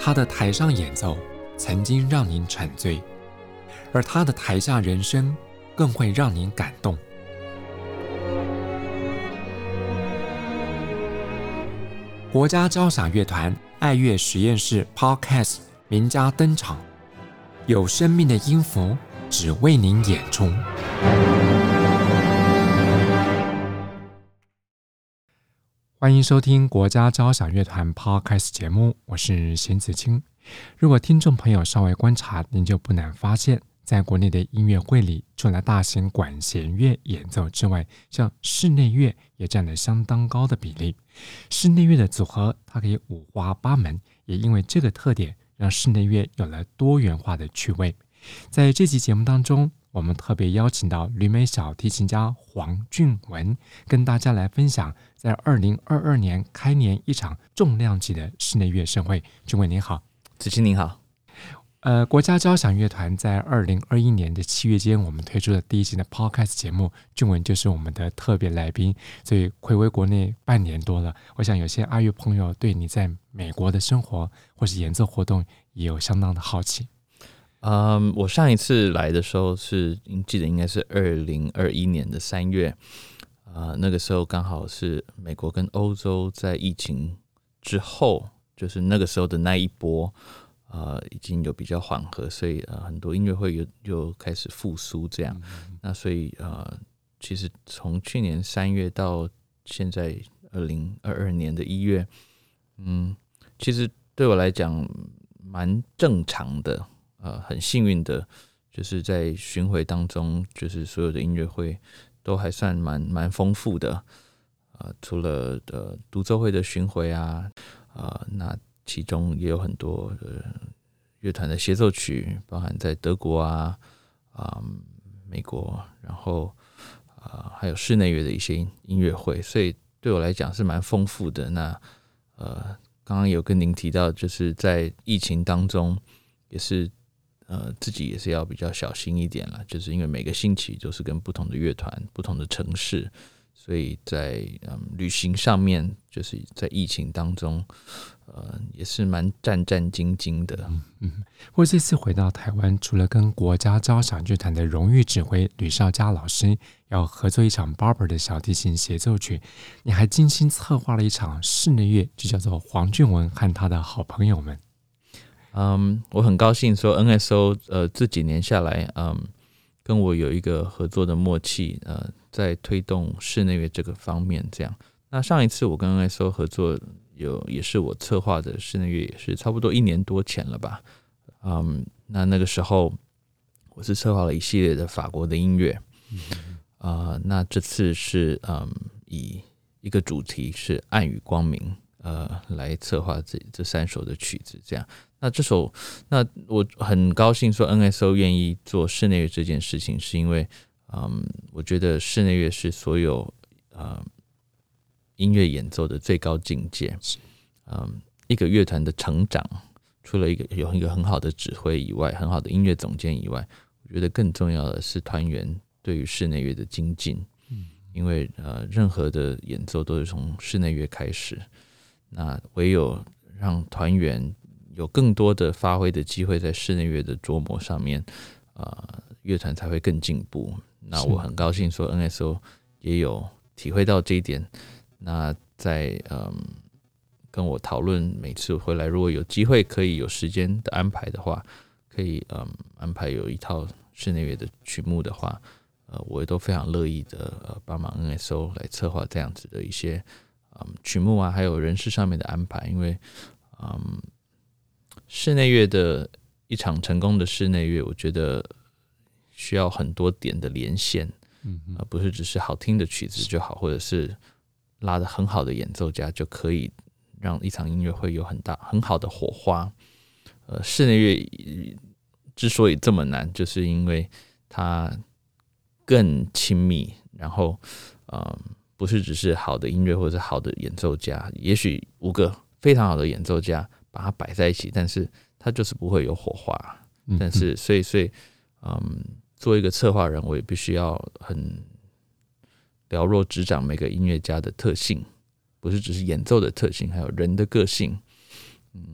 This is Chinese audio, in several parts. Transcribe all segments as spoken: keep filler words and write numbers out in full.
他的台上演奏曾经让您沉醉，而他的台下人生更会让您感动。国家交响乐团爱乐实验室 Podcast 名家登场，有生命的音符只为您演出。欢迎收听国家交响乐团 Podcast 节目，我是邢子清。如果听众朋友稍微观察，您就不难发现，在国内的音乐会里，除了大型管弦乐演奏之外，像室内乐也占了相当高的比例。室内乐的组合它可以五花八门，也因为这个特点，让室内乐有了多元化的趣味。在这期节目当中，我们特别邀请到旅美小提琴家黄俊文，跟大家来分享在二零二二年开年一场重量级的室内乐盛会。俊文您好。 子清您好。 呃，国家交响乐团在二零二一年的七月间，我们推出了第一期的 Podcast 节目，俊文就是我们的特别来宾，所以睽违国内半年多了，我想有些爱乐朋友对你在美国的生活或是演奏活动也有相当的好奇。 嗯，我上一次来的时候是记得应该是二零二一年的三月，呃，那个时候刚好是美国跟欧洲在疫情之后，就是那个时候的那一波。呃，已经有比较缓和，所以呃，很多音乐会又又开始复苏这样。嗯、那所以呃，其实从去年三月到现在二零二二年的一月，嗯，其实对我来讲蛮正常的，呃，很幸运的，就是在巡回当中，就是所有的音乐会都还算蛮蛮丰富的。呃，除了呃独奏会的巡回啊，呃，那其中也有很多呃乐团的协奏曲，包含在德国啊、呃、美国，然后、呃、还有室内乐的一些音乐会，所以对我来讲是蛮丰富的。那呃，刚刚有跟您提到，就是在疫情当中，也是呃自己也是要比较小心一点啦，就是因为每个星期都是跟不同的乐团、不同的城市。所以在、嗯、旅行上面，就是在疫情当中，呃，也是蛮战战兢兢的。 嗯嗯。不过这次回到台湾，除了跟国家交响乐团的荣誉指挥吕绍嘉老师要合作一场 Barber 的小提琴协奏曲，你还精心策划了一场室内乐，就叫做黄俊文和他的好朋友们。 嗯，我很高兴说 N S O 呃这几年下来，嗯，跟我有一个合作的默契，呃。在推动室内乐这个方面，这样。那上一次我跟 N S O 合作，有也是我策划的室内乐，也是差不多一年多前了吧。嗯，那那个时候我是策划了一系列的法国的音乐，嗯呃、那这次是嗯以一个主题是暗与光明，呃，来策划这这三首的曲子，这样。那这首，那我很高兴说 N S O 愿意做室内乐这件事情，是因为。嗯，我觉得室内乐是所有、呃、音乐演奏的最高境界。嗯，一个乐团的成长，除了一个有一个很好的指挥以外，很好的音乐总监以外，我觉得更重要的是团员对于室内乐的精进。嗯，因为、呃、任何的演奏都是从室内乐开始，那唯有让团员有更多的发挥的机会在室内乐的琢磨上面，呃，乐团才会更进步。那我很高兴说 N S O 也有体会到这一点。那在嗯跟我讨论，每次回来如果有机会可以有时间的安排的话，可以嗯安排有一套室内乐的曲目的话，呃，我也都非常乐意的呃帮忙 N S O 来策划这样子的一些嗯曲目啊，还有人事上面的安排。因为嗯室内乐的一场成功的室内乐，我觉得。需要很多点的连线，嗯呃、不是只是好听的曲子就好，或者是拉得很好的演奏家就可以让一场音乐会有很大很好的火花。呃，室内乐之所以这么难，就是因为它更亲密，然后、呃、不是只是好的音乐或者是好的演奏家，也许五个非常好的演奏家把它摆在一起，但是它就是不会有火花。但是所以所以嗯。做一个策划人，我也必须要很了若指掌每个音乐家的特性，不是只是演奏的特性，还有人的个性。嗯，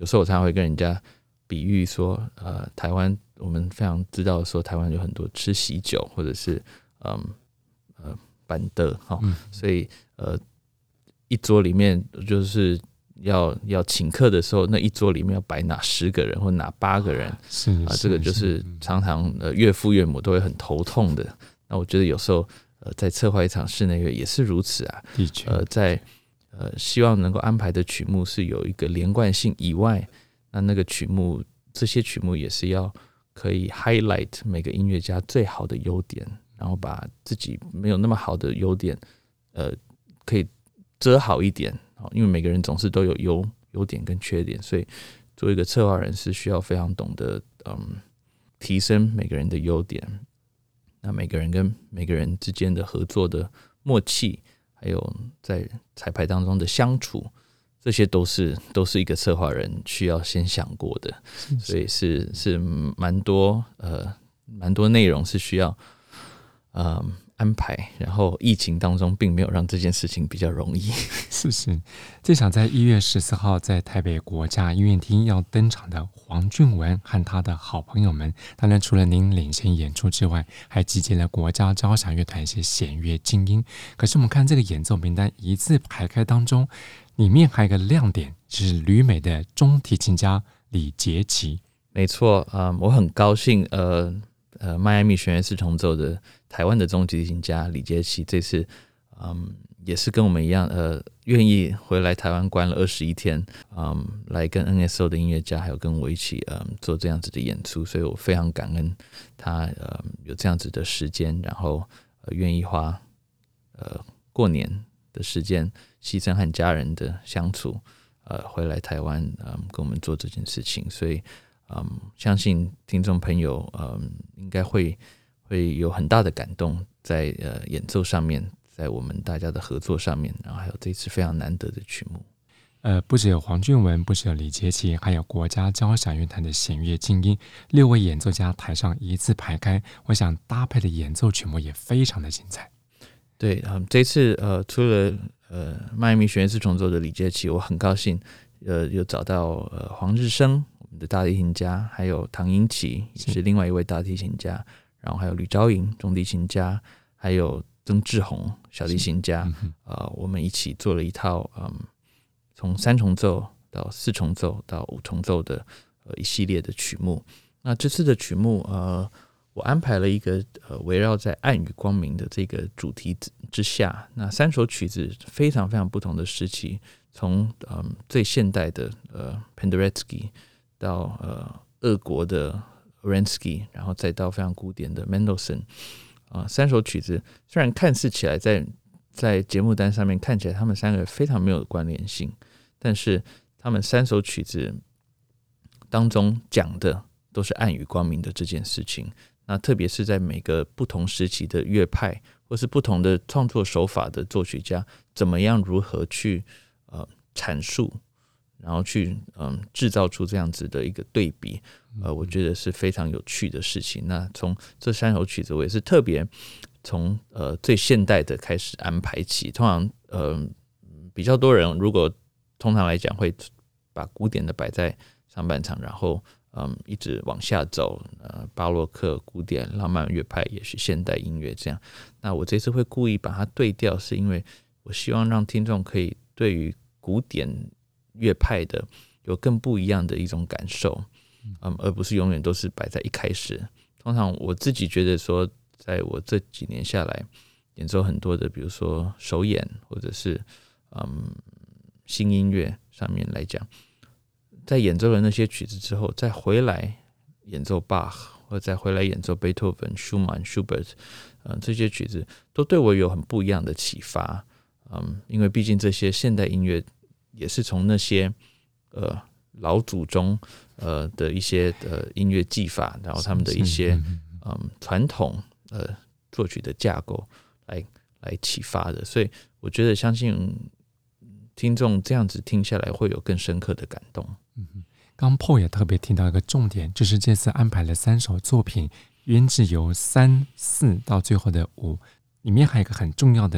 有时候我常常会跟人家比喻说，呃，台湾我们非常知道说台湾有很多吃喜酒或者是嗯呃板凳哈，所以呃一桌里面就是要要请客的时候，那一桌里面要摆哪十个人或哪八个人， 是啊、 呃，这个就是常常呃岳父岳母都会很头痛的。那我觉得有时候呃在策划一场室内乐也是如此啊， 的确， 呃在呃希望能够安排的曲目是有一个连贯性以外，那那个曲目这些曲目也是要可以 highlight 每个音乐家最好的优点，然后把自己没有那么好的优点，呃可以遮好一点。因为每个人总是都有优优点跟缺点，所以做一个策划人是需要非常懂得嗯提升每个人的优点，那每个人跟每个人之间的合作的默契，还有在彩排当中的相处，这些都是都是一个策划人需要先想过的，所以是是蛮多呃蛮多内容是需要呃安排，然后疫情当中并没有让这件事情比较容易。 是是，这场在一月十四号在台北国家音乐厅要登场的黄俊文和他的好朋友们，当然除了您领衔演出之外，还集结了国家交响乐团一些弦乐精英。可是我们看这个演奏名单一字排开当中，里面还有一个亮点，就是旅美的中提琴家李杰奇。 没错，嗯，我很高兴，呃呃，迈阿密弦乐四重奏的台湾的中提琴家李杰奇这次，嗯，也是跟我们一样，呃，愿意回来台湾关了二十一天，嗯，来跟 N S O 的音乐家还有跟我一起，嗯，做这样子的演出，所以我非常感恩他，呃，有这样子的时间，然后呃，愿意花呃过年的时间牺牲和家人的相处，呃，回来台湾，嗯，跟我们做这件事情，所以。嗯，相信听众朋友，嗯，应该会会有很大的感动在呃演奏上面，在我们大家的合作上面，然后还有这次非常难得的曲目。 呃，不只有黄俊文，不只有李杰奇，还有国家交响乐团的弦乐精英，六位演奏家台上一字排开，我想搭配的演奏曲目也非常的精彩。 对，嗯，这次呃，除了呃迈阿密弦乐四重奏的李杰奇，我很高兴，呃，有找到呃黄日升。的大提琴家，还有唐英奇也是另外一位大提琴家，然后还有吕昭莹中提琴家，还有曾志宏小提琴家，呃，我们一起做了一套，嗯，从三重奏到四重奏到五重奏的呃一系列的曲目。那这次的曲目，呃，我安排了一个呃围绕在暗与光明的这个主题之下，那三首曲子非常非常不同的时期，从嗯最现代的呃 Penderecki。到呃俄国的 Orensky， 然后再到非常古典的 Mendelssohn， 啊、呃，三首曲子虽然看似起来在在节目单上面看起来他们三个非常没有关联性，但是他们三首曲子当中讲的都是暗与光明的这件事情。那特别是在每个不同时期的乐派或是不同的创作手法的作曲家，怎么样如何去呃阐述。然后去嗯制造出这样子的一个对比，呃，我觉得是非常有趣的事情。那从这三首曲子，我也是特别从呃最现代的开始安排起。通常呃比较多人如果通常来讲会把古典的摆在上半场，然后嗯一直往下走，呃巴洛克、古典、浪漫乐派，也许现代音乐这样。那我这次会故意把它对调，是因为我希望让听众可以对于古典乐派的有更不一样的一种感受，嗯，而不是永远都是摆在一开始。通常我自己觉得说，在我这几年下来演奏很多的，比如说首演或者是嗯新音乐上面来讲，在演奏了那些曲子之后，再回来演奏巴赫，或者再回来演奏贝多芬、舒曼、舒伯特，嗯，这些曲子都对我有很不一样的启发，嗯，因为毕竟这些现代音乐。也是从那些呃老祖宗呃的一些呃音乐技法，然后他们的一些嗯传统呃作曲的架构来来启发的，所以我觉得相信听众这样子听下来会有更深刻的感动。 嗯，刚 Paul 也特别提到一个重点，就是这次安排了三首作品，编制由三四到最后的五，里面还有一个很重要的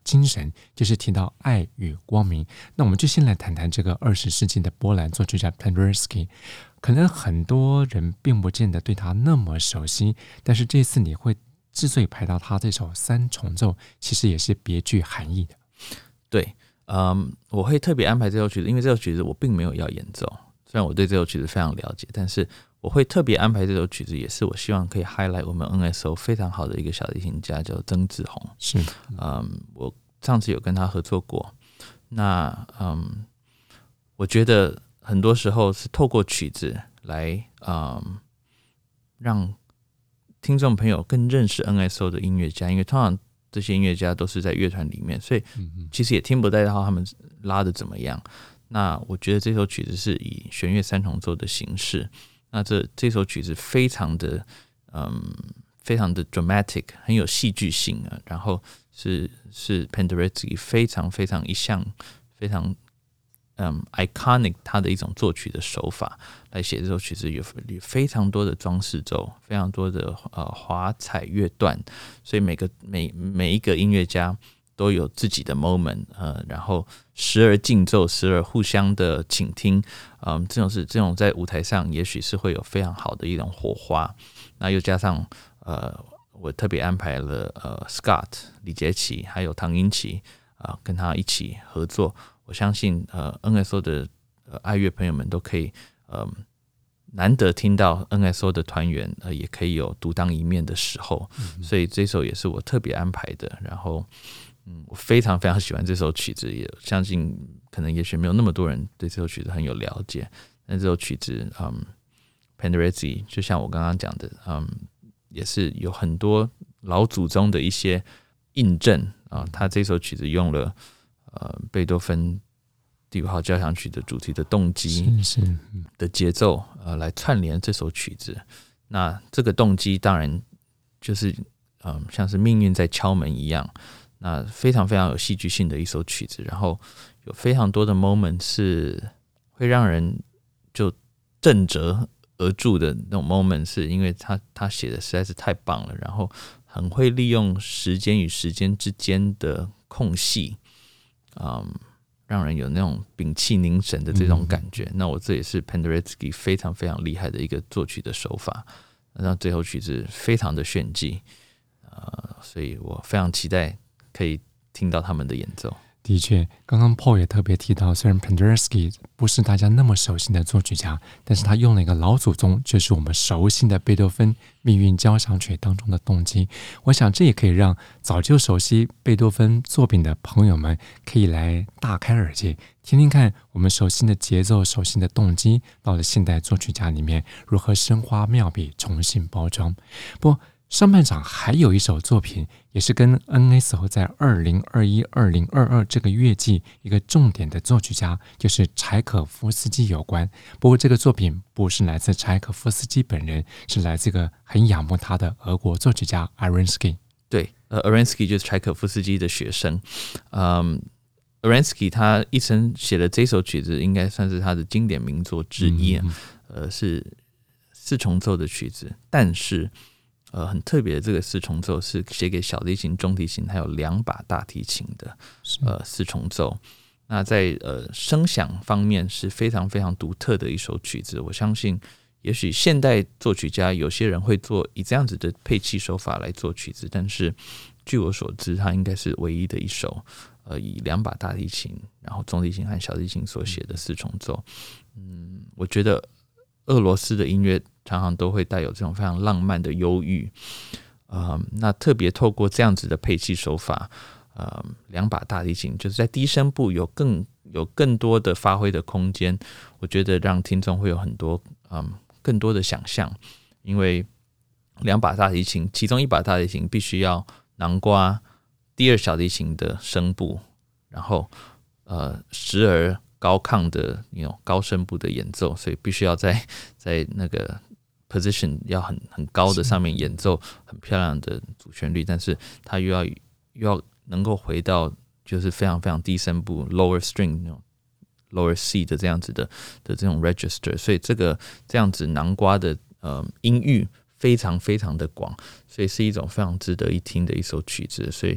精神，就是提到爱与光明。那我们就先来谈谈这个二十世纪的波兰作曲家 Penderecki。可能很多人并不见得对他那么熟悉，但是这次你会之所以排到他这首三重奏，其实也是别具含义的。 对，嗯，我会特别安排这首曲子，因为这首曲子我并没有要演奏，虽然我对这首曲子非常了解，但是我会特别安排这首曲子，也是我希望可以 highlight 我们 N S O 非常好的一个小提琴家，叫曾志宏。 是， 嗯，我上次有跟他合作过。那嗯，我觉得很多时候是透过曲子来嗯让听众朋友更认识 N S O 的音乐家，因为通常这些音乐家都是在乐团里面，所以其实也听不到他们拉的怎么样。那我觉得这首曲子是以弦乐三重奏的形式，那这这首曲子非常的嗯非常的 dramatic， 很有戏剧性啊，然后是是 Penderecki 非常非常一项非常嗯 iconic 他的一种作曲的手法来写这首曲子，有非常多的装饰奏，非常多的呃华彩乐段，所以每个每每一个音乐家都有自己的 moment， 呃，然后时而竞奏，时而互相的倾听，嗯，这种是这种在舞台上也许是会有非常好的一种火花。那又加上呃，我特别安排了呃 Scott 李杰奇还有唐英奇啊、呃，跟他一起合作。我相信呃 N S O 的、呃、爱乐朋友们都可以呃难得听到 N S O 的团员呃也可以有独当一面的时候，嗯、所以这首也是我特别安排的。然后嗯，我非常非常喜欢这首曲子，也相信可能也许没有那么多人对这首曲子很有了解，但这首曲子嗯 Penderecki 就像我刚刚讲的嗯，也是有很多老祖宗的一些印证啊。他这首曲子用了呃贝多芬第五号交响曲的主题的动机的节奏呃来串联这首曲子。那这个动机当然就是嗯像是命运在敲门一样。那非常非常有戏剧性的一首曲子，然后有非常多的 moment 是会让人就震折而住的那种 moment， 是因为他他写的实在是太棒了，然后很会利用时间与时间之间的空隙，嗯，让人有那种屏气凝神的这种感觉。嗯、那我这也是 Penderecki 非常非常厉害的一个作曲的手法，让最后曲子非常的炫技，呃，所以我非常期待可以听到他们的演奏。 的确，刚刚 Paul 也特别提到，虽然 Penderecki 不是大家那么熟悉的作曲家，但是他用了一个老祖宗，就是我们熟悉的贝多芬命运交响曲当中的动机。我想这也可以让早就熟悉贝多芬作品的朋友们可以来大开耳界，听听看我们熟悉的节奏、熟悉的动机，到了现代作曲家里面如何生花妙笔重新包装。不过上半场还有一首作品，也是跟 N S O 在二零二一、二零二二这个乐季一个重点的作曲家，就是柴可夫斯基有关。不过这个作品不是来自柴可夫斯基本人，是来自一个很仰慕他的俄国作曲家 Arinsky。 对，呃 Arinsky 就是柴可夫斯基的学生。嗯 Arinsky 他一生写的这首曲子应该算是他的经典名作之一、嗯、呃，是四重奏的曲子，但是呃，很特别的这个四重奏是写给小提琴、中提琴还有两把大提琴的呃四重奏。那在呃声响方面是非常非常独特的一首曲子。我相信，也许现代作曲家有些人会做以这样子的配器手法来做曲子，但是据我所知，它应该是唯一的一首呃以两把大提琴、然后中提琴和小提琴所写的四重奏。嗯，我觉得俄罗斯的音乐常常都会带有这种非常浪漫的忧郁，呃，那特别透过这样子的配器手法，呃，两把大提琴就是在低声部有更有更多的发挥的空间，我觉得让听众会有很多嗯更多的想象，因为两把大提琴，其中一把大提琴必须要囊括第二小提琴的声部，然后呃时而高亢的you know, 高声部的演奏，所以必须要在在那个 position 要很很高的上面演奏很漂亮的主旋律，但是它又要又要能够回到就是非常非常低声部 lower string you know, lower C 的这样子的的这种 register， 所以这个这样子囊括的呃音域非常非常的广，所以是一种非常值得一听的一首曲子。所以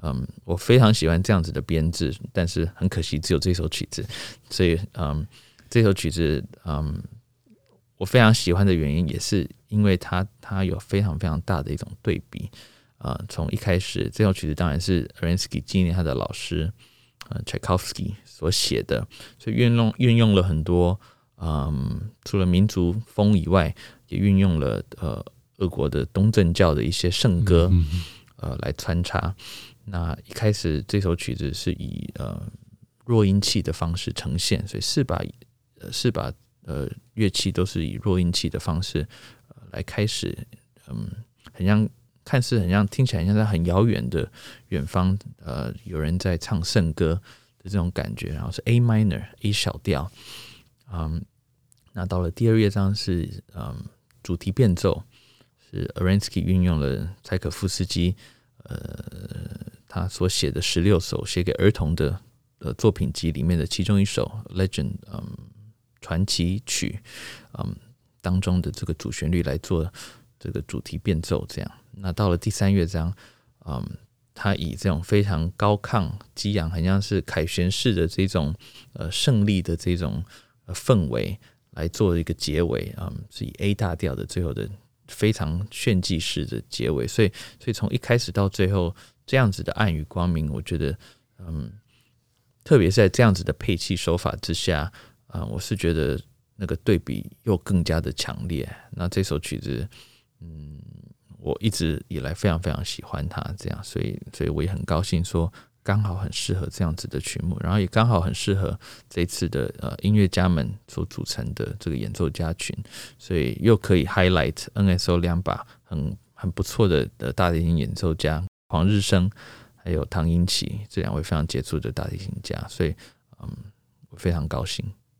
嗯，我非常喜欢这样子的编制，但是很可惜只有这首曲子，所以嗯，这首曲子嗯，我非常喜欢的原因也是因为它它有非常非常大的一种对比。呃，从一开始这首曲子当然是 Arensky 纪念他的老师呃 Tchaikovsky 所写的，所以运用运用了很多嗯，除了民族风以外，也运用了呃俄国的东正教的一些圣歌呃来穿插。那一开始这首曲子是以呃弱音器的方式呈现，所以四把呃四把呃乐器都是以弱音器的方式、呃、来开始，嗯，很像。看似很像，听起来很像在很遥远的远方，呃，有人在唱圣歌的这种感觉。然后是 A minor A 小调，嗯，那到了第二乐章是嗯主题变奏，是 Arensky 运用了柴可夫斯基呃他所写的十六首写给儿童的呃作品集里面的其中一首 Legend 嗯传奇曲嗯当中的这个主旋律来做这个主题变奏，这样。那到了第三乐章，嗯，他以这种非常高亢激昂，很像是凯旋式的这种呃胜利的这种、呃、氛围来做一个结尾，嗯，是以 A 大调的最后的非常炫技式的结尾，所以所以从一开始到最后这样子的暗与光明，我觉得，嗯，特别是在这样子的配器手法之下，嗯，我是觉得那个对比又更加的强烈。那这首曲子，嗯。我一直以来非常非常喜欢它，这样，所以所以我也很高兴说，刚好很适合这样子的曲目，然后也刚好很适合这一次的呃音乐家们所组成的这个演奏家群，所以又可以 highlight N S O 两把很很不错的的大提琴演奏家黄日升还有唐英奇这两位非常杰出的大提琴家，所以嗯，我非常高兴。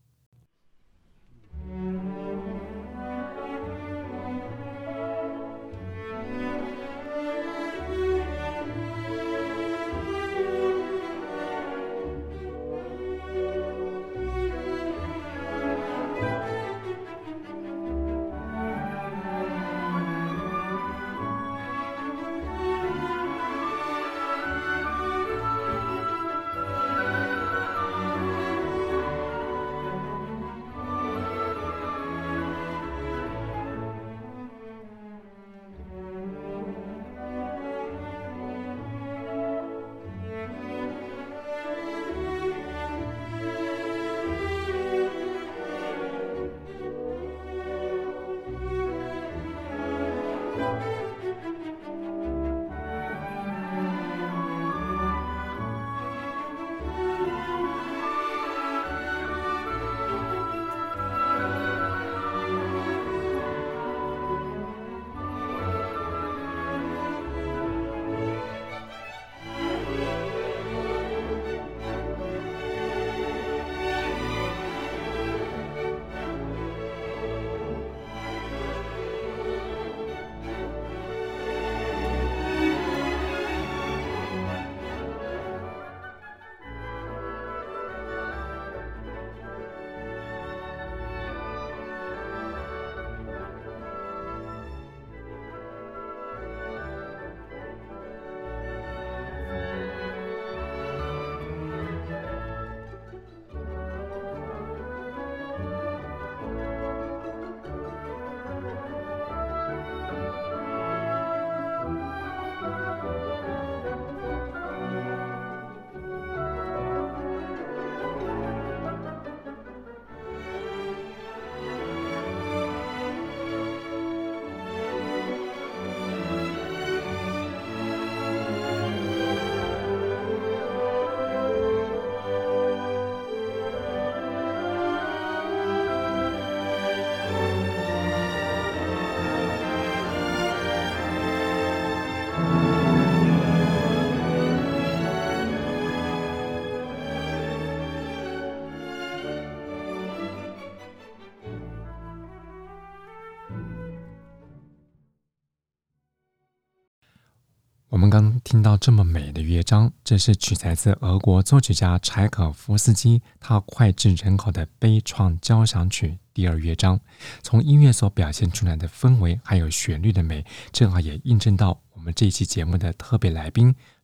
我们刚听到这么美的乐章，这是取材自俄国作曲家柴可夫斯基他脍炙人口的悲怆交响曲第二乐章。从音乐所表现出来的氛围还有旋律的美，正好也印证到我们这一期节目的特别来宾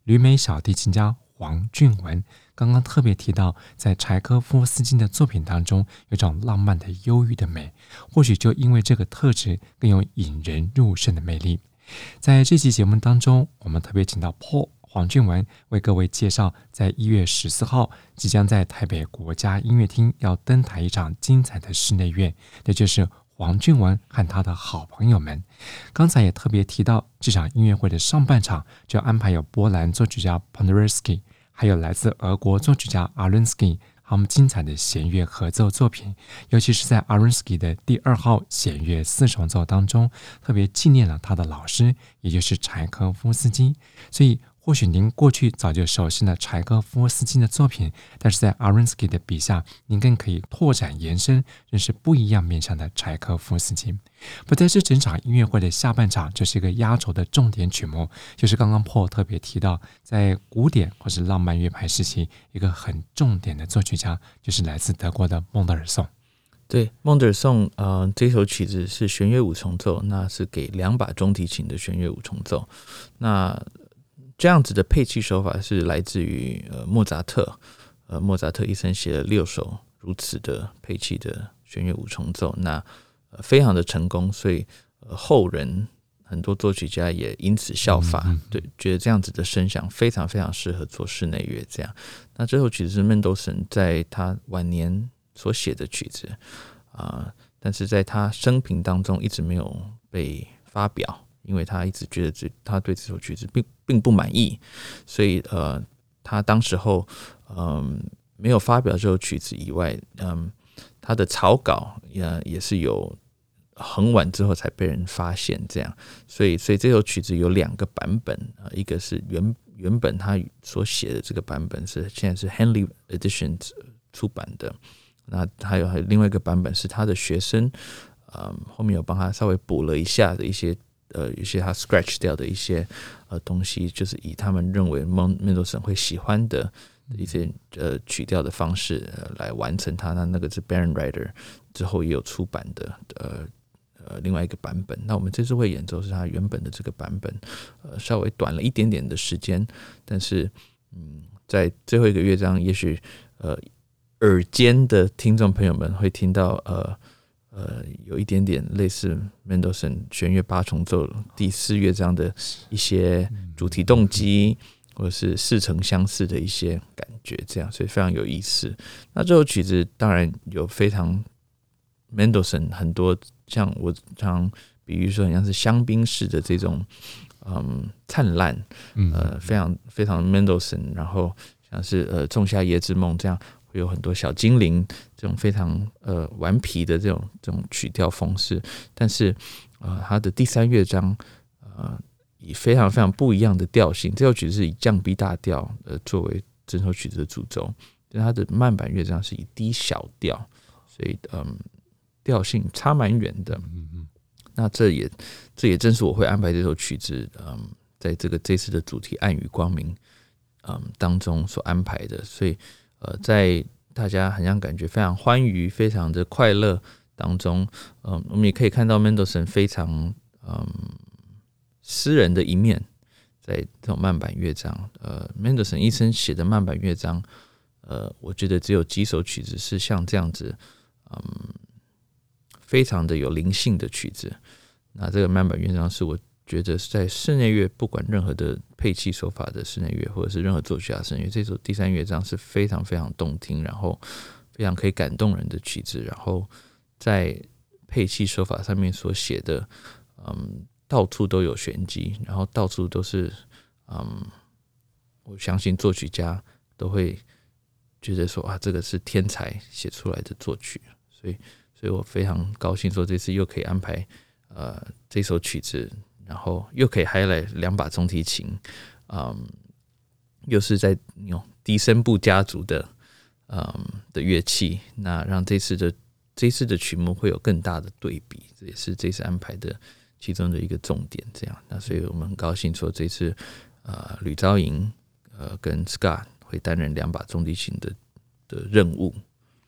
旅美小提琴家黄俊文刚刚特别提到，在柴科夫斯基的作品当中有种浪漫的忧郁的美，或许就因为这个特质更有引人入胜的魅力。在这期节目当中，我们特别请到 Paul 黄俊文为各位介绍，在一月十四号即将在台北国家音乐厅要登台一场精彩的室内乐，那就是黄俊文和他的好朋友们。刚才也特别提到，这场音乐会的上半场就安排有波兰作曲家 Penderecki， 还有来自俄国作曲家 Arensky， 他们精彩的弦乐合奏作品，尤其是在 Arensky 的第二号弦乐四重奏当中，特别纪念了他的老师，也就是柴科夫斯基。所以或许您过去早就熟悉了柴科夫斯基的作品，但是在 Arensky 的笔下，您更可以拓展延伸，认识不一样面向的柴科夫斯基。不在这整场音乐会的下半场，就是一个压轴的重点曲目，就是刚刚 Paul 特别提到，在古典或是浪漫乐派时期一个很重点的作曲家，就是来自德国的孟德尔颂。 对，孟德尔颂，呃，这首曲子是弦乐五重奏，那是给两把中提琴的弦乐五重奏。那这样子的配器手法是来自于呃莫扎特，呃莫扎特一生写了六首如此的配器的弦乐五重奏，那、呃、非常的成功，所以、呃、后人很多作曲家也因此效法，嗯嗯对，觉得这样子的声响非常非常适合做室内乐。这样，那这首曲子是 Mendelssohn 在他晚年所写的曲子啊、呃，但是在他生平当中一直没有被发表。因为他一直觉得这他对这首曲子 并, 并不满意，所以呃，他当时候嗯没有发表这首曲子以外，嗯，他的草稿也也是有很晚之后才被人发现，这样，所以所以这首曲子有两个版本，一个是原原本他所写的这个版本是现在是 Henley Edition 出版的，那还有还有另外一个版本是他的学生，嗯，后面有帮他稍微补了一下的一些。呃，有些他 scratch 掉的一些呃东西，就是以他们认为 Mendelssohn 会喜欢的一些呃曲调的方式、呃、来完成它。那那个是 Bärenreiter 之后也有出版的呃呃另外一个版本。那我们这次会演奏是他原本的这个版本，呃稍微短了一点点的时间，但是嗯，在最后一个乐章，也许呃耳尖的听众朋友们会听到呃。呃，有一点点类似 Mendelssohn 弦乐八重奏第四乐章的一些主题动机，或者是似曾相识的一些感觉，这样，所以非常有意思。那这首曲子当然有非常 Mendelssohn 很多，像我常比喻说，很像是香槟式的这种嗯灿烂，呃，非常非常 Mendelssohn， 然后像是呃仲夏夜之梦这样。会有很多小精灵这种非常呃顽皮的这种这种曲调风势，但是呃它的第三乐章呃以非常非常不一样的调性，这首曲子是以降 B 大调呃作为整首曲子的主轴，但它的慢板乐章是以低小调，所以嗯调性差蛮远的。那这也这也正是我会安排这首曲子嗯在这个这次的主题暗与光明嗯当中所安排的，所以。呃，在大家好像感觉非常欢愉、非常的快乐当中，嗯，我们也可以看到 Mendelssohn 非常嗯诗人的一面，在这种慢板乐章。呃 ，Mendelssohn 一生写的慢板乐章，呃，我觉得只有几首曲子是像这样子，嗯，非常的有灵性的曲子。那这个慢板乐章是我觉得在室内乐，不管任何的配器手法的室内乐，或者是任何作曲家室内乐，这首第三乐章是非常非常动听，然后非常可以感动人的曲子。然后在配器手法上面所写的，嗯，到处都有玄机，然后到处都是，嗯，我相信作曲家都会觉得说啊，这个是天才写出来的作曲，所以，所以我非常高兴说这次又可以安排呃这首曲子。然后又可以 highlight 两把中提琴，嗯，又是在有低声部家族的嗯的乐器，那让这次的这次的曲目会有更大的对比，这也是这次安排的其中的一个重点。这样，那所以我们很高兴说这次呃吕昭莹呃跟 Scott 会担任两把中提琴的的任务。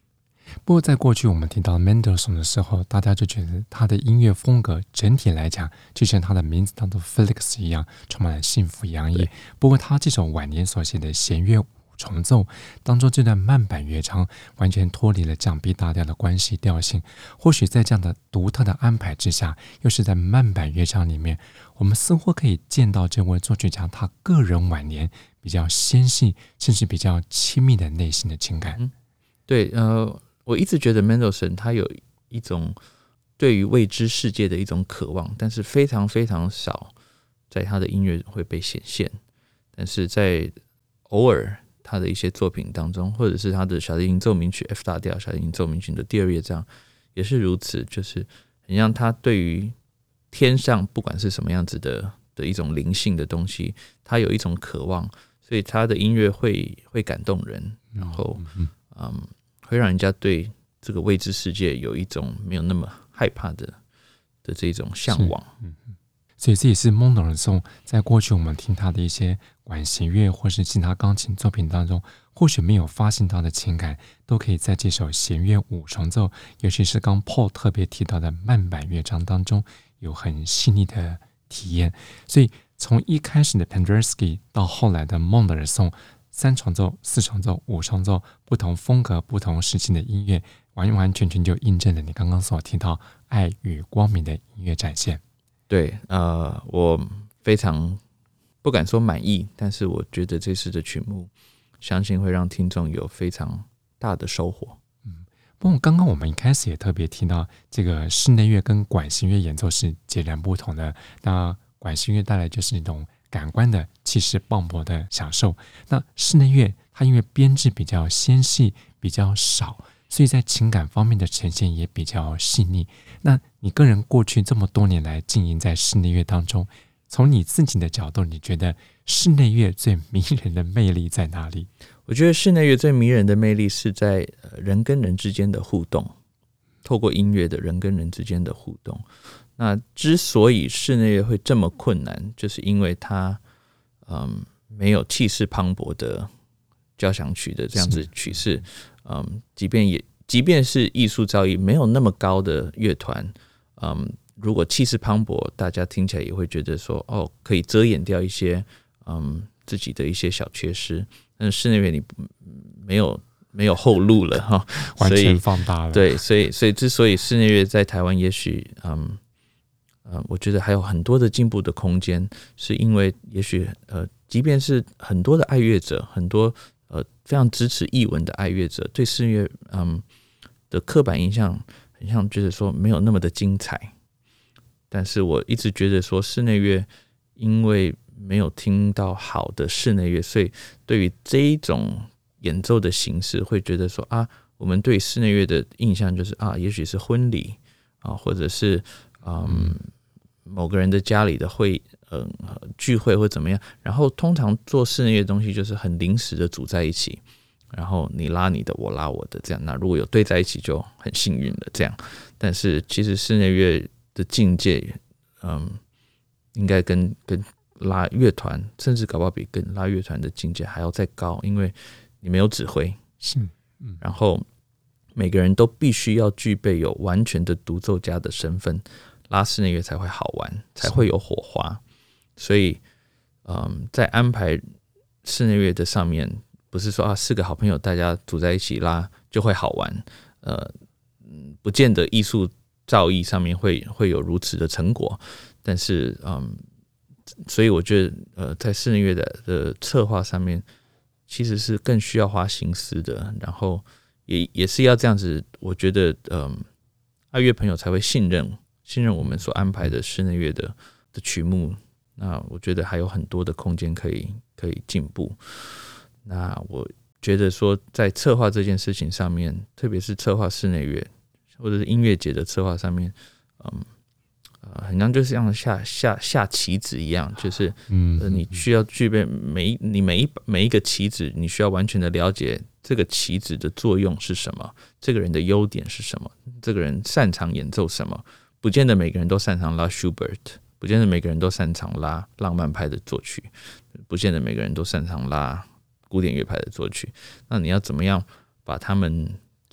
不过在过去我们听到 Mendelssohn 的时候，大家就觉得他的音乐风格整体来讲就像他的名字当中 Felix 一样，充满了幸福洋溢。不过他这首晚年所写的弦乐五重奏当中，这段慢板乐章完全脱离了降 B 大调的关系调性。或许在这样的独特的安排之下，又是在慢板乐章里面，我们似乎可以见到这位作曲家他个人晚年比较纤细甚至比较亲密的内心的情感。 嗯、对，呃，我一直觉得 Mendelssohn 他有一种对于未知世界的一种渴望，但是非常非常少在他的音乐会被显现。但是在偶尔他的一些作品当中，或者是他的小提琴奏鸣曲 F 大调小提琴奏鸣曲的第二乐章也是如此，就是很像他对于天上不管是什么样子的的一种灵性的东西，他有一种渴望，所以他的音乐会会感动人，然后嗯嗯会让人家对这个未知世界有一种没有那么害怕的的这种向往。 嗯，所以这也是孟德尔颂在过去我们听他的一些管弦乐或是其他钢琴作品当中，或许没有发现到的情感，都可以在这首弦乐五重奏，尤其是刚 Paul 特别提到的慢板乐章当中，有很细腻的体验。所以从一开始的 Penderecki 到后来的孟德尔颂，三重奏、四重奏、五重奏，不同风格、不同时期的音乐，完完全全就印证了你刚刚所提到爱与光明的音乐展现。 对，呃，我非常不敢说满意，但是我觉得这次的曲目相信会让听众有非常大的收获。 嗯，不过刚刚我们一开始也特别提到，这个室内乐跟管弦乐演奏是截然不同的。那管弦乐带来就是一种感官的气势磅礴的享受，那室内乐它因为编制比较纤细比较少，所以在情感方面的呈现也比较细腻。那你个人过去这么多年来经营在室内乐当中，从你自己的角度，你觉得室内乐最迷人的魅力在哪里？ 我觉得室内乐最迷人的魅力是在人跟人之间的互动，透过音乐的人跟人之间的互动。那之所以室内乐会这么困难，就是因为它嗯没有气势磅礴的交响曲的这样子曲式，嗯，即便也即便是艺术造诣没有那么高的乐团，嗯，如果气势磅礴，大家听起来也会觉得说，哦，可以遮掩掉一些嗯自己的一些小缺失。但是室内乐你没有没有后路了哈， 完全放大了。 对，所以所以之所以室内乐在台湾也许嗯。呃，我觉得还有很多的进步的空间，是因为也许呃，即便是很多的爱乐者，很多呃非常支持艺文的爱乐者，对室内乐嗯的刻板印象，很像觉得说没有那么的精彩。但是我一直觉得说室内乐，因为没有听到好的室内乐，所以对于这一种演奏的形式，会觉得说啊，我们对室内乐的印象就是啊，也许是婚礼啊，或者是嗯。某个人的家里的会呃聚会或怎么样，然后通常做室内乐的东西就是很临时的组在一起，然后你拉你的，我拉我的，这样。那如果有对在一起就很幸运了，这样。但是其实室内乐的境界，嗯，应该跟跟拉乐团，甚至搞不好比跟拉乐团的境界还要再高，因为你没有指挥， 是，嗯， 然后每个人都必须要具备有完全的独奏家的身份。拉室内乐才会好玩，才会有火花。所以，嗯，在安排室内乐的上面，不是说啊四个好朋友大家组在一起拉就会好玩，呃，不见得艺术造诣上面会会有如此的成果。但是，嗯，所以我觉得，呃，在室内乐的的策划上面，其实是更需要花心思的。然后也也是要这样子，我觉得，嗯，爱乐朋友才会信任。信任我们所安排的室内乐 的, 的曲目，那我觉得还有很多的空间可以可以进步。那我觉得说，在策划这件事情上面，特别是策划室内乐或者是音乐节的策划上面，嗯，呃，很像就是像下下下棋子一样，就是嗯、呃，你需要具备每一你每一每一个棋子，你需要完全的了解这个棋子的作用是什么，这个人的优点是什么，这个人擅长演奏什么。不见得每个人都擅长拉 Schubert， 不见得每个人都擅长拉浪漫派的作曲，不见得每个人都擅长拉古典乐派的作曲。那你要怎么样把他们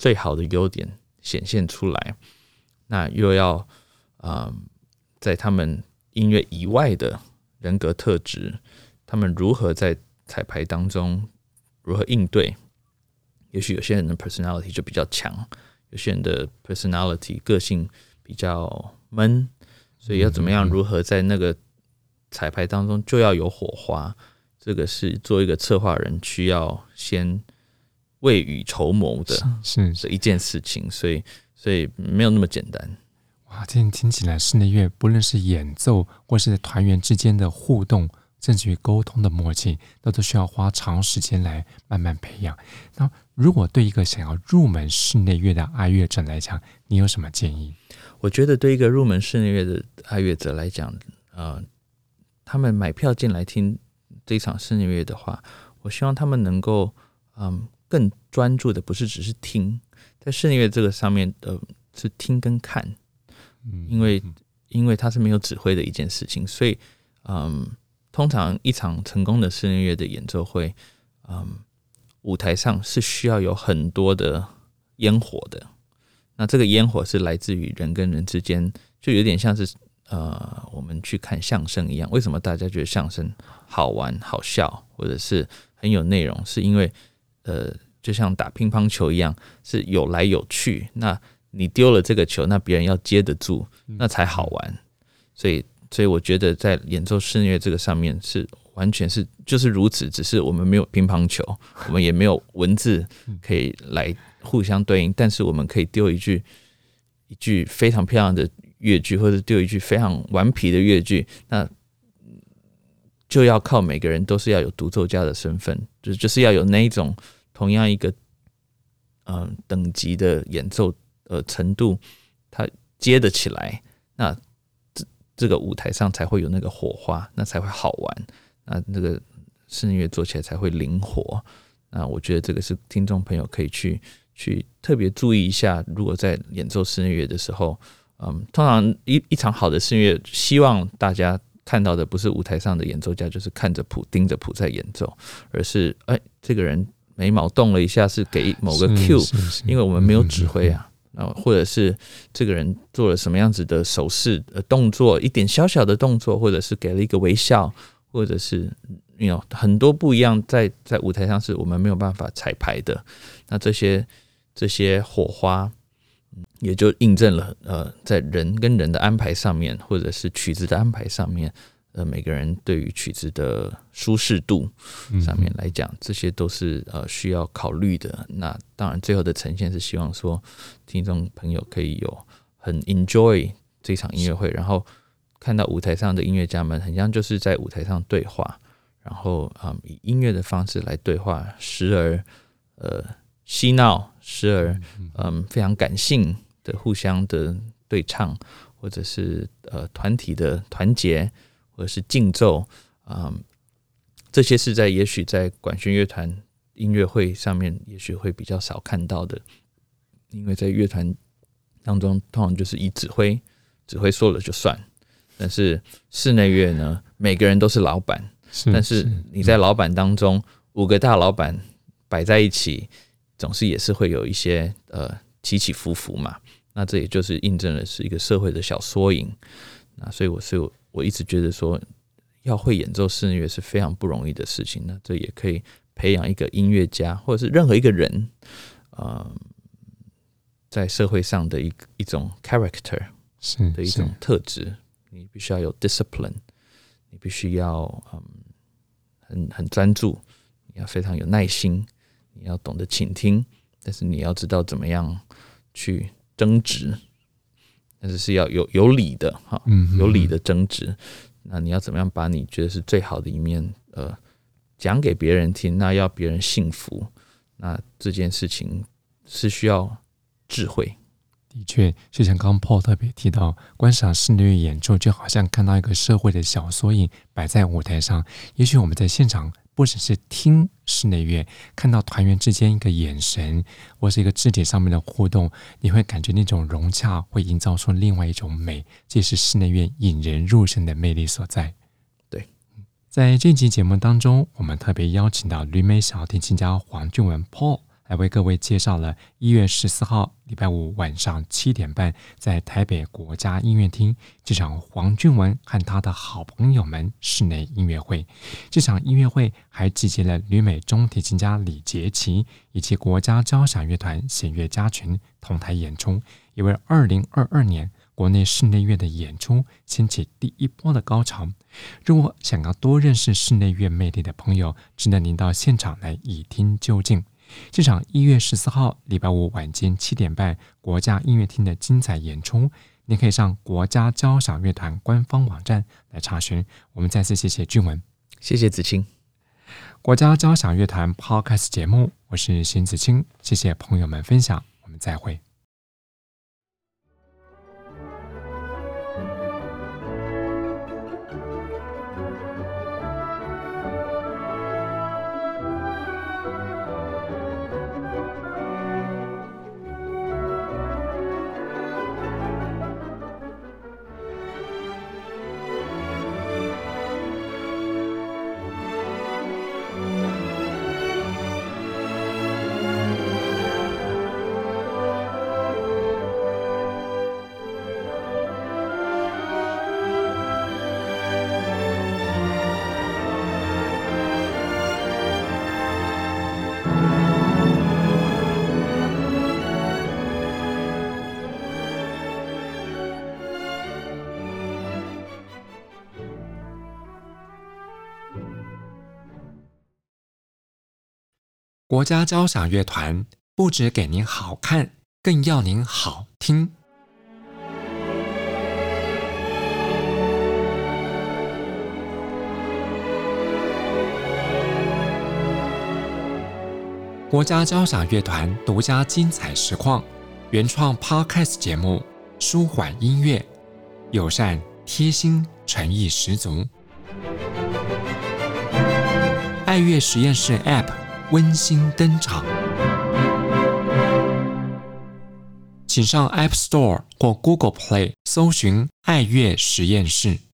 最好的优点显现出来，那又要、呃、在他们音乐以外的人格特质，他们如何在彩排当中如何应对。也许有些人的 personality 就比较强，有些人的 personality 个性比较闷，所以要怎么样如何在那个彩排当中就要有火花，这个是做一个策划人需要先未雨绸缪的是是一件事情，所以所以没有那么简单。 哇，这样听起来室内乐不论是演奏或是团员之间的互动，甚至于沟通的默契，都都需要花长时间来慢慢培养。那如果对一个想要入门室内乐的爱乐者来讲，你有什么建议？ 我觉得对一个入门室内乐的爱乐者来讲，呃，他们买票进来听这一场室内乐的话，我希望他们能够嗯更专注的不是只是听，在室内乐这个上面的、呃、是听跟看，因为因为它是没有指挥的一件事情，所以嗯，通常一场成功的室内乐的演奏会，嗯，舞台上是需要有很多的烟火的。那这个烟火是来自于人跟人之间，就有点像是呃，我们去看相声一样。为什么大家觉得相声好玩、好笑，或者是很有内容？是因为呃，就像打乒乓球一样，是有来有去。那你丢了这个球，那别人要接得住，那才好玩。所以，所以我觉得在演奏室内乐这个上面是完全是就是如此，只是我们没有乒乓球，我们也没有文字可以来互相对应，但是我们可以丢一句一句非常漂亮的乐句，或者丢一句非常顽皮的乐句，那就要靠每个人都是要有独奏家的身份，就就是要有那一种同样一个嗯、呃、等级的演奏呃程度，它接得起来，那这这个舞台上才会有那个火花，那才会好玩，那那个室内乐做起来才会灵活。那我觉得这个是听众朋友可以去去特别注意一下，如果在演奏室内乐的时候，嗯，通常一一场好的室内乐，希望大家看到的不是舞台上的演奏家，就是看着谱盯着谱在演奏，而是哎，这个人眉毛动了一下是给某个 Q， 因为我们没有指挥啊，或者是这个人做了什么样子的手势、呃、动作，一点小小的动作，或者是给了一个微笑，或者是you know, 很多不一样在，在舞台上是我们没有办法彩排的。那这些这些火花，也就印证了呃，在人跟人的安排上面，或者是曲子的安排上面，呃，每个人对于曲子的舒适度上面来讲，这些都是呃需要考虑的。那当然，最后的呈现是希望说，听众朋友可以有很 enjoy 这场音乐会，然后看到舞台上的音乐家们，很像就是在舞台上对话。然后、嗯、以音乐的方式来对话，时而呃嬉闹，时而嗯非常感性的互相的对唱，或者是呃团体的团结，或者是竞奏，嗯，这些是在也许在管弦乐团音乐会上面也许会比较少看到的，因为在乐团当中通常就是以指挥，指挥说了就算，但是室内乐呢，每个人都是老板。是但是你在老板当中，五个大老板摆在一起，总是也是会有一些呃起起伏伏嘛。那这也就是印证了是一个社会的小缩影。那所以我所以我一直觉得说，要会演奏室内乐是非常不容易的事情。那这也可以培养一个音乐家，或者是任何一个人，呃，在社会上的一一种 character 的一种特质。你必须要有 discipline。你必须要、嗯、很很专注，你要非常有耐心，你要懂得倾听，但是你要知道怎么样去争执，但是是要有有理的哈，有理的争执。那你要怎么样把你觉得是最好的一面，呃，讲给别人听，那要别人信服，那这件事情是需要智慧。 的确，就像刚刚 Paul 特别提到，观赏室内乐演奏就好像看到一个社会的小缩影摆在舞台上。也许我们在现场不只是听室内乐，看到团员之间一个眼神或是一个肢体上面的互动，你会感觉那种融洽会营造出另外一种美，这也是室内乐引人入胜的魅力所在。 对， 在这期节目当中，我们特别邀请到旅美小提琴家黄俊文 Paul 来为各位介绍了一月十四号礼拜五晚上七点半在台北国家音乐厅这场黄俊文和他的好朋友们室内音乐会。这场音乐会还集结了旅美中提琴家李杰奇以及国家交响乐团弦乐家群同台演出，也为二零二二年国内室内乐的演出掀起第一波的高潮。如果想要多认识室内乐魅力的朋友，值得您到现场来一听究竟。这场一月十四号礼拜五晚间七点半国家音乐厅的精彩演出，您可以上国家交响乐团官方网站来查询。我们再次谢谢俊文， 谢谢子清。 国家交响乐团 Podcast 节目，我是邢子清，谢谢朋友们分享，我们再会。国家交响乐团不只给您好看，更要您好听。国家交响乐团独家精彩实况，原创 Podcast 节目，舒缓音乐，友善贴心，诚意十足。爱乐实验室 App温馨登场，请上 App Store 或 Google Play 搜寻爱乐实验室。